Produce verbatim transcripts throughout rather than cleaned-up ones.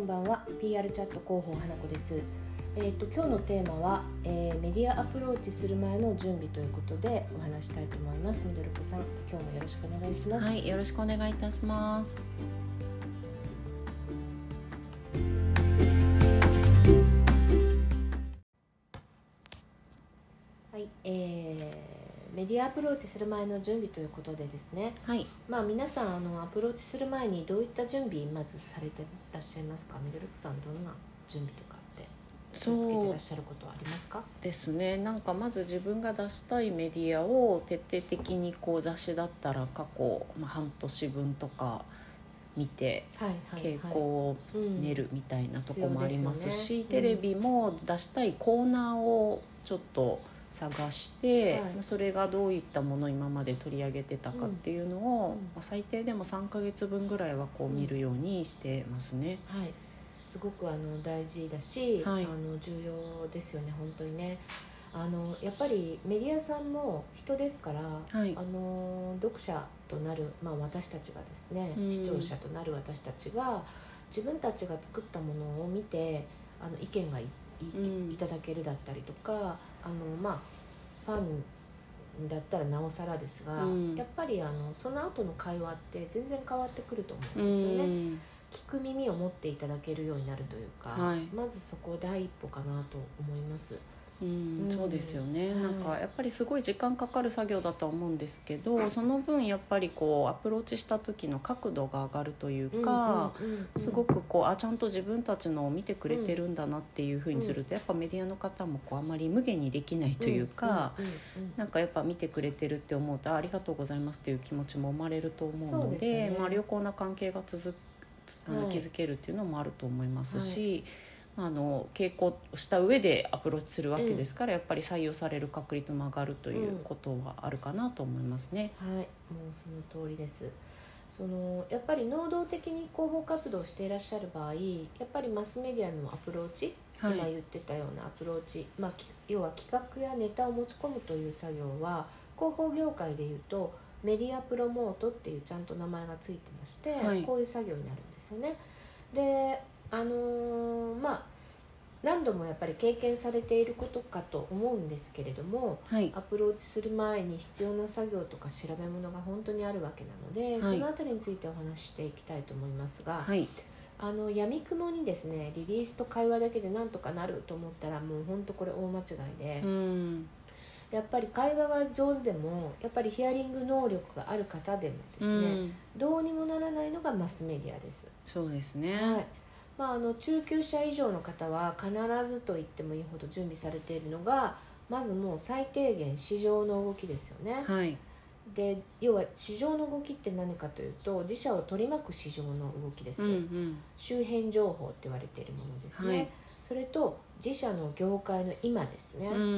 ばんは。 ピーアール チャット広報花子です。えー、と今日のテーマは、えー、メディアアプローチする前の準備ということでお話したいと思います。みどるこさん、今日もよろしくお願いします。 はい、よろしくお願いいたします。 はい、えー、メディアアプローチする前の準備ということでですね、 はい、 まあ、皆さんあのアプローチする前にどういった準備まずされてらっしゃいますか？みどるこさん、どんな準備とかって気をつけてらっしゃることはありますか？ ですね。なんかまず自分が出したいメディアを徹底的にこう雑誌だったら過去、まあ、半年分とか見て、 はいはいはい、 傾向を練るみたいなとこもありますし、 うん、 テレビも出したいコーナーをちょっと探して、 はい、 それがどういったものを今まで取り上げてたかっていうのを、 うんまあ、最低でもさんかげつぶんぐらいはこう見るようにしてますね。 はい、すごくあの大事だし、 はい、 あの重要ですよね、本当にね。あのやっぱりメディアさんも人ですから、 はい、 あの読者となる、まあ、私たちがですね、 うん、 視聴者となる私たちが自分たちが作ったものを見てあの意見が い, い, うん、 いただけるだったりとか、あの、まあ、ファンだったらなおさらですが、うん、やっぱりあのその後の会話って全然変わってくると思うんですよね。うん、聞く耳を持っていただけるようになるというか、はい、まずそこ第一歩かなと思います。 うんうん、そうですよね、 はい、 なんかやっぱりすごい時間かかる作業だとは思うんですけど、その分やっぱりこうアプローチした時の角度が上がるというか、うんうんうんうん、すごくこうあちゃんと自分たちのを見てくれてるんだなっていう風にすると、やっぱメディアの方もこうあまり無限にできないというか、うんうんうんうん、なんかやっぱ見てくれてるって思うと あ, ありがとうございますっていう気持ちも生まれると思うの で, で、ね、まあ、良好な関係が続くあの、はい、築けるっていうのもあると思いますし、はい、あの傾向した上でアプローチするわけですから、うん、やっぱり採用される確率も上がるということはあるかなと思いますね。 うん、はい、もうその通りです。そのやっぱり能動的に広報活動をしていらっしゃる場合、やっぱりマスメディアのアプローチ、はい、今言ってたようなアプローチ、まあ、要は企画やネタを持ち込むという作業は広報業界でいうとメディアプロモートっていうちゃんと名前がついてまして、はい、こういう作業になるんですよね。で、あのー、まあ何度もやっぱり経験されていることかと思うんですけれども、はい、アプローチする前に必要な作業とか調べ物が本当にあるわけなので、はい、そのあたりについてお話ししていきたいと思いますが、はい、あの闇雲にですね、リリースと会話だけでなんとかなると思ったらもう本当これ大間違いで、うん、やっぱり会話が上手でもやっぱりヒアリング能力がある方でもですね、うん、どうにもならないのがマスメディアです。 そうですね、 はい、まあ、あの中級者以上の方は必ずと言ってもいいほど準備されているのが、まずもう最低限市場の動きですよね。はい、で要は市場の動きって何かというと、自社を取り巻く市場の動きです、うんうん、周辺情報って言われているものですね、はい、それと自社の業界の今ですね、うん、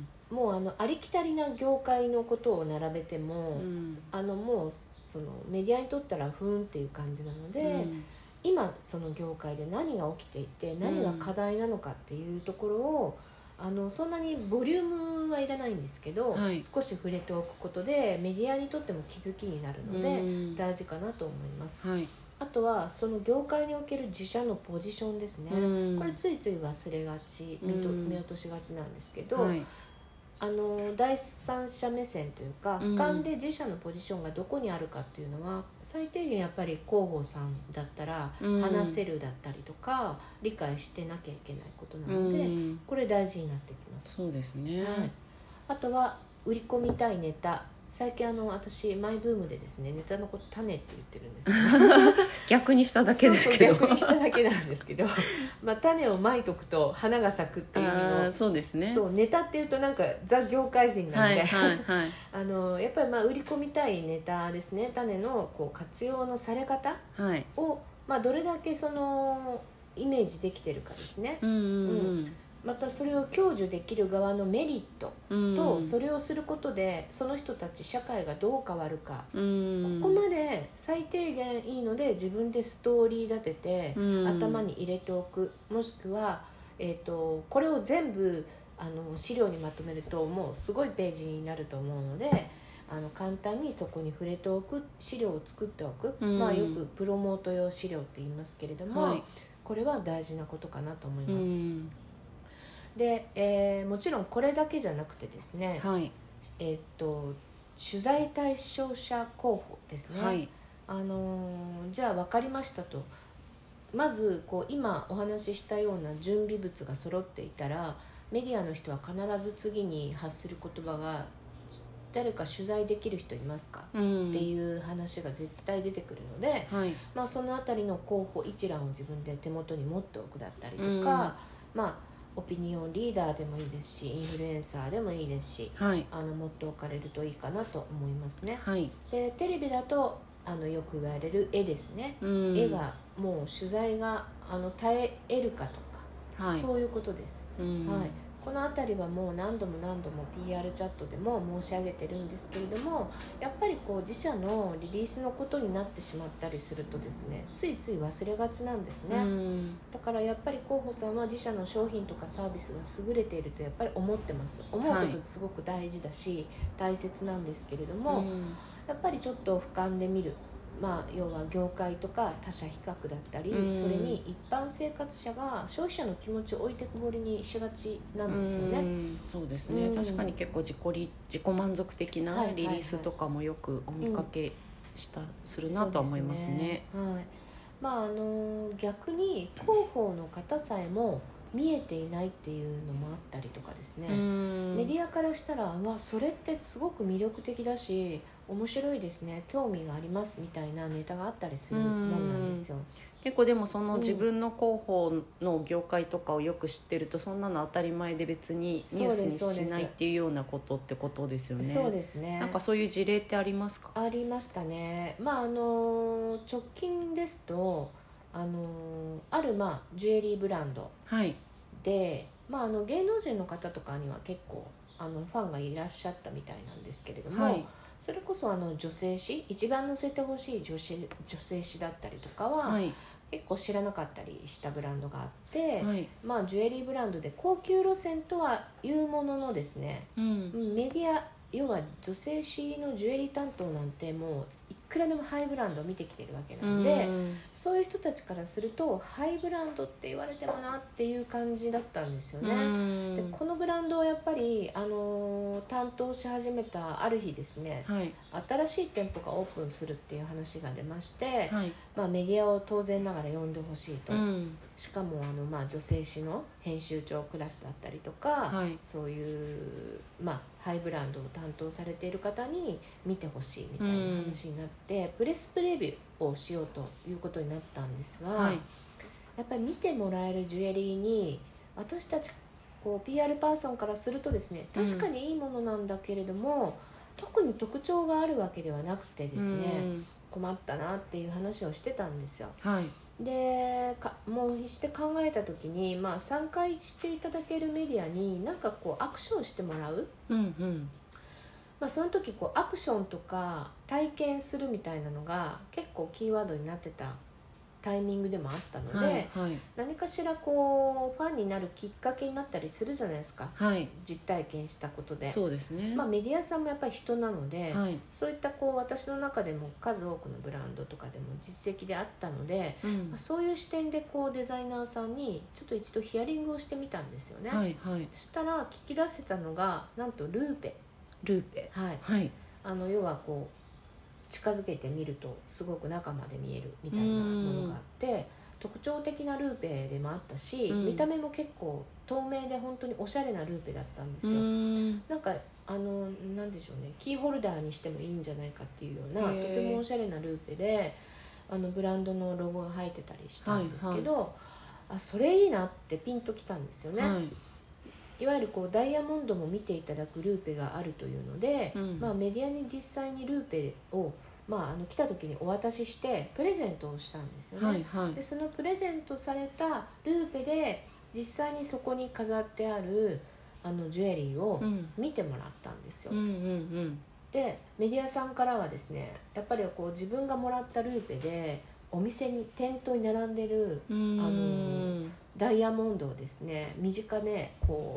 もうあのありきたりな業界のことを並べても、うん、あのもうそのメディアにとったらふーんっていう感じなので、うん、今その業界で何が起きていて何が課題なのかっていうところを、うん、あのそんなにボリュームはいらないんですけど、はい、少し触れておくことでメディアにとっても気づきになるので、うん、大事かなと思います、はい、あとはその業界における自社のポジションですね、うん、これついつい忘れがち、見と、見落としがちなんですけど、はい、あの第三者目線というか俯瞰で自社のポジションがどこにあるかっていうのは、最低限やっぱり広報さんだったら話せるだったりとか、理解してなきゃいけないことなので、これ大事になってきます。 そうですね、はい、 あとは売り込みたいネタ、最近あの私マイブームでですね、ネタのこと種って言ってるんですけど逆にしただけですけどそうそう逆にしただけなんですけどまあ種をまいとくと花が咲くっていう意味の、 そうですね、 そうネタっていうとなんかザ業界人なんで、 はいはいはい、 あのやっぱりまあ売り込みたいネタですね、種のこう活用のされ方を、はい、まあ、どれだけそのイメージできてるかですね、うんうんうんうん、またそれを享受できる側のメリットと、それをすることでその人たち社会がどう変わるか、ここまで最低限いいので自分でストーリー立てて頭に入れておく、もしくは、えーと、これを全部あの資料にまとめるともうすごいページになると思うので、あの簡単にそこに触れておく資料を作っておく、まあ、よくプロモート用資料って言いますけれども、はい、 これは大事なことかなと思います。 うん、 で、えー、もちろんこれだけじゃなくてですね、 はい、 えー、っと取材対象者候補ですね、はい、あのー、じゃあ分かりましたと、まずこう今お話ししたような準備物が揃っていたらメディアの人は必ず次に発する言葉が誰か取材できる人いますか、うん、っていう話が絶対出てくるので、はい、まあ、そのあたりの候補一覧を自分で手元に持っておくだったりとか、うん、まあオピニオンリーダーでもいいですしインフルエンサーでもいいですし、はい、あの持っておかれるといいかなと思いますね、はい、でテレビだとあのよく言われる絵ですね、うん、絵がもう取材があの耐え得るかとか、はい、そういうことです、うん、はい、このあたりはもう何度も何度も ピーアール チャットでも申し上げてるんですけれども、やっぱりこう自社のリリースのことになってしまったりするとですね、ついつい忘れがちなんですね、うん、だからやっぱり候補さんは自社の商品とかサービスが優れているとやっぱり思ってます。思うことってすごく大事だし、はい、大切なんですけれども、うん、やっぱりちょっと俯瞰で見る、まあ、要は業界とか他社比較だったり、うん、それに一般生活者が消費者の気持ちを置いてくぼりにしがちなんですよね、うん、 そうですね、うん、確かに結構自己リ自己満足的なリリースとかもよくお見かけした、うん、するなとは思いますね、 はい、まああの逆に広報の方さえも見えていないっていうのもあったりとかですね、メディアからしたらうわそれってすごく魅力的だし面白いですね、興味がありますみたいなネタがあったりするもんなんですよ。 結構でもその自分の広報の業界とかをよく知ってると、そんなの当たり前で別にニュースにしないっていうようなことってことですよね。 そうですね。 なんかそういう事例ってありますか？ ありましたね。まああの直近ですとあのあるまあジュエリーブランドで、はい、まあ、あの芸能人の方とかには結構あのファンがいらっしゃったみたいなんですけれども、はい、それこそあの女性誌一番載せてほしい女子女性誌だったりとかは、はい、結構知らなかったりしたブランドがあって、はい、まあ、ジュエリーブランドで高級路線とはいうもののですね、うん、メディア要は女性誌のジュエリー担当なんてもういくらでもハイブランドを見てきてるわけなんで、うん、そういう人たちからするとハイブランドって言われてもなっていう感じだったんですよね、うん、でこのブランドをやっぱり、あのー、担当し始めたある日ですね、はい、新しい店舗がオープンするっていう話が出まして、はい、まあ、メディアを当然ながら呼んでほしいと、うん、しかもあの、まあ、女性誌の編集長クラスだったりとか、はい、そういう、まあ、ハイブランドを担当されている方に見てほしいみたいな話になって、うん、プレスプレビューをしようということになったんですが、はい、やっぱり見てもらえるジュエリーに私たちこう ピーアール パーソンからするとですね、確かにいいものなんだけれども、うん、特に特徴があるわけではなくてですね、うん、困ったなっていう話をしてたんですよ、はい、でかもうして考えた時に、まあ、参加していただけるメディアに何かこうアクションしてもらう、うんうん、まあ、その時こうアクションとか体験するみたいなのが結構キーワードになってたタイミングでもあったので、はいはい、何かしらこうファンになるきっかけになったりするじゃないですか、はい、実体験したことで。 そうですね、 まあ、メディアさんもやっぱり人なので、はい、そういったこう私の中でも数多くのブランドとかでも実績であったので、うん、まあ、そういう視点でこうデザイナーさんにちょっと一度ヒアリングをしてみたんですよね、はいはい、そしたら聞き出せたのがなんとルーペルーペ、 はいはい、あの要はこう近づけてみるとすごく中まで見えるみたいなものがあって、特徴的なルーペでもあったし、見た目も結構透明で本当におしゃれなルーペだったんですよ。なんかあのなんでしょうね、キーホルダーにしてもいいんじゃないかっていうようなとてもおしゃれなルーペで、あのブランドのロゴが入ってたりしたんですけど、はいはい、あそれいいなってピンときたんですよね、はい、いわゆるこうダイヤモンドも見ていただくルーペがあるというので、うん、まあ、メディアに実際にルーペを、まあ、あの来た時にお渡ししてプレゼントをしたんですよね、はいはい、でそのプレゼントされたルーペで実際にそこに飾ってあるあのジュエリーを見てもらったんですよ、うんうんうんうん、でメディアさんからはですね、やっぱりこう自分がもらったルーペでお店に店頭に並んでるあのダイヤモンドをですね身近でこう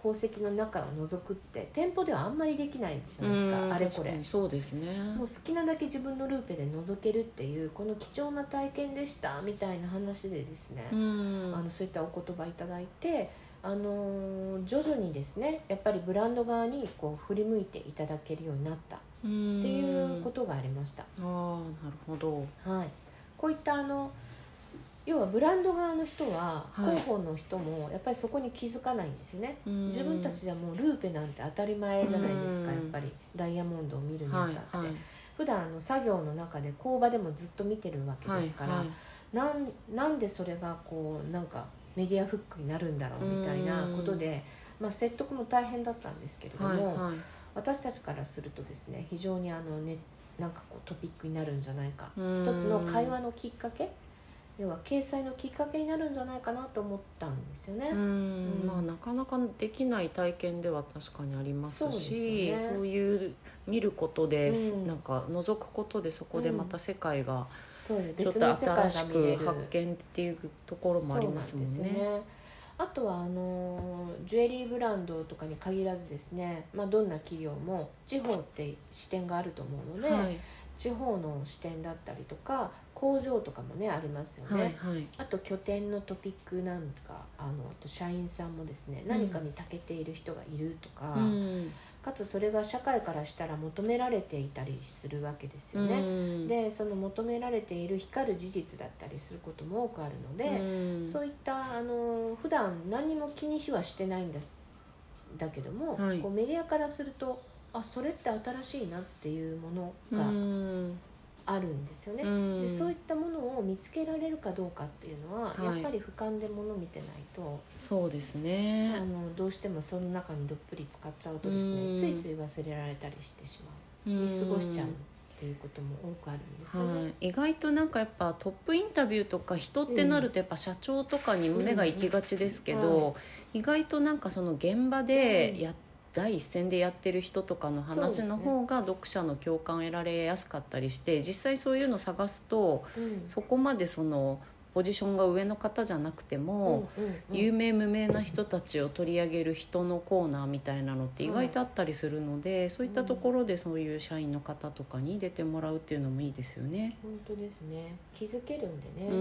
宝石の中を覗くって店舗ではあんまりできないじゃないですか、あれこれ。 そうですね。 もう好きなだけ自分のルーペで覗けるっていうこの貴重な体験でしたみたいな話でですね、あのそういったお言葉いただいて、あの徐々にですねやっぱりブランド側にこう振り向いていただけるようになったっていうことがありました。 ああ、なるほど。 はい、こういったあの要はブランド側の人は、はい、広報の人もやっぱりそこに気づかないんですよね。自分たちじゃもうルーペなんて当たり前じゃないですか。やっぱりダイヤモンドを見るにあたって、はいはい、普段あの作業の中で工場でもずっと見てるわけですから、はいはい、なんなんでそれがこうなんかメディアフックになるんだろうみたいなことで、まあ、説得も大変だったんですけれども、はいはい、私たちからするとですね非常にあの、ね、なんかこうトピックになるんじゃないか、一つの会話のきっかけ、要は掲載のきっかけになるんじゃないかなと思ったんですよね。うん、 うん、まあ、なかなかできない体験では確かにありますし、 そうですよね、そういう見ることで、うん、なんか覗くことでそこでまた世界がちょっと新しく発見っていうところもありますもんね。そうなんですよね。 あとはあのジュエリーブランドとかに限らずですね、まあ、どんな企業も地方って視点があると思うので、はい、地方の視点だったりとか工場とかもねありますよね、はいはい、あと拠点のトピックなんか、あのあと社員さんもですね、何かに長けている人がいるとか、うん、かつそれが社会からしたら求められていたりするわけですよね、うん、でその求められている光る事実だったりすることも多くあるので、うん、そういったあの普段何も気にしはしてないんですだけども、はい、こうメディアからするとあそれって新しいなっていうものがあるんですよね、うん、でそういったものを見つけられるかどうかっていうのは、はい、やっぱり俯瞰で物を見てないと、 そうですね、 あのどうしてもその中にどっぷり使っちゃうとですね、うん、ついつい忘れられたりしてしまう、見過ごしちゃうっていうことも多くあるんですよね、はい、 意外となんかやっぱトップインタビューとか人ってなるとやっぱ社長とかに目が行きがちですけど、うんはい、意外となんかその現場でやって第一線でやってる人とかの話の方が読者の共感を得られやすかったりして、実際そういうのを探すと、うん、そこまでそのポジションが上の方じゃなくても、うんうんうん、有名無名な人たちを取り上げる人のコーナーみたいなのって意外とあったりするので、うん、そういったところでそういう社員の方とかに出てもらうっていうのもいいですよね。 本当ですね、気づけるんでね、うん、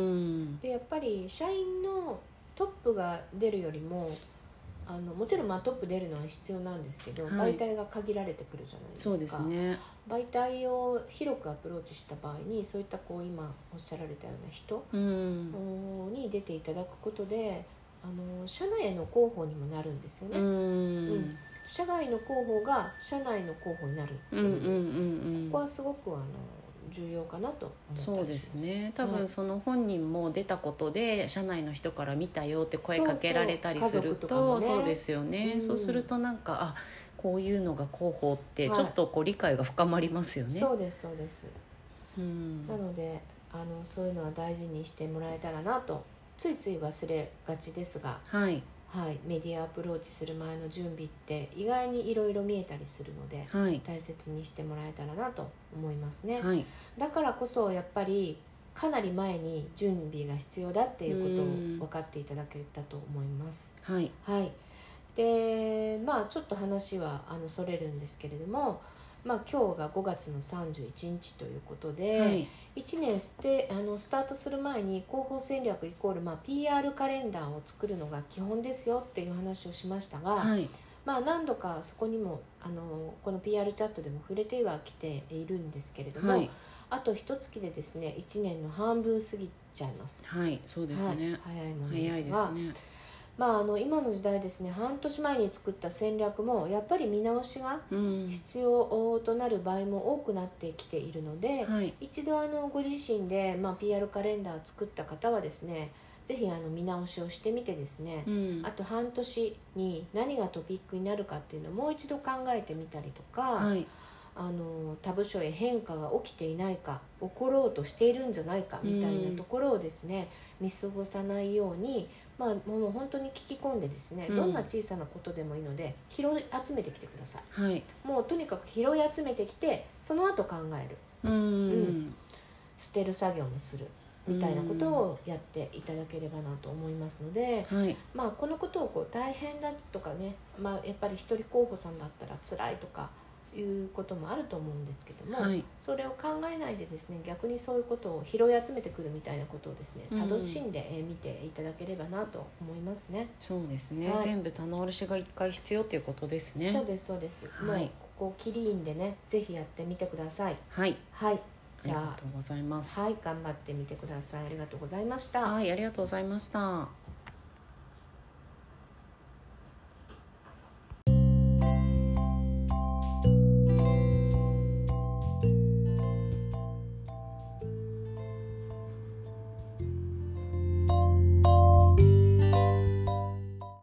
でやっぱり社員のトップが出るよりもあのもちろんまあトップ出るのは必要なんですけど、はい、媒体が限られてくるじゃないですか。 そうですね、 媒体を広くアプローチした場合にそういったこう今おっしゃられたような人、うん、に出ていただくことであの社内への広報にもなるんですよね、うん、うん、社外の広報が社内の広報になるっていう、うんうんうんうん、ここはすごくあの重要かなと思ったりします。 そうですね、多分その本人も出たことで社内の人から見たよって声かけられたりすると、そうそう、ね、そうですよね、うん、そうするとなんかあこういうのが広報ってちょっとこう理解が深まりますよね、 はい、そうですそうです、うん、なのであのそういうのは大事にしてもらえたらなとついつい忘れがちですが、はいはい、メディアアプローチする前の準備って意外にいろいろ見えたりするので、はい、大切にしてもらえたらなと思いますね、はい、だからこそやっぱりかなり前に準備が必要だっていうことを分かっていただけたと思います。はい、はい、でまあちょっと話はあのそれるんですけれども、まあ、今日がごがつのさんじゅういちにちということで、はい、いちねんステあのスタートする前に広報戦略イコール、まあ、ピーアール カレンダーを作るのが基本ですよっていう話をしましたが、はい、まあ、何度かそこにもあのこの ピーアール チャットでも触れてはきているんですけれども、はい、あと一月でですねいちねんの半分過ぎちゃいます。 はい、そうですね、はい、 早いものですが、早いですね。まあ、あの今の時代ですね、半年前に作った戦略もやっぱり見直しが必要となる場合も多くなってきているので、うん、はい、一度あのご自身で、まあ、ピーアール カレンダーを作った方はですねぜひあの見直しをしてみてですね、うん、あと半年に何がトピックになるかっていうのをもう一度考えてみたりとか、はい、あの他部署へ変化が起きていないか、起ころうとしているんじゃないかみたいなところをですね、うん、見過ごさないように、まあ、もう本当に聞き込んでですね、うん、どんな小さなことでもいいので拾い集めてきてください、はい、もうとにかく拾い集めてきてその後考える、うん、うん、捨てる作業もする、 みたいなことをやっていただければなと思いますので、 はい、 まあ、このことをこう大変だとかね、まあ、やっぱり一人候補さんだったら辛いとかいうこともあると思うんですけども、はい、それを考えないでですね、逆にそういうことを拾い集めてくるみたいなことをですね、楽しんで見ていただければなと思いますね。 そうですね、はい、全部棚卸しがいっかい必要ということですね。 そうですそうです、はい、もうここキリンでね、ぜひやってみてください。 はい、 はい、 じゃあありがとうございます。 はい、頑張ってみてください。ありがとうございました。 はい、ありがとうございました。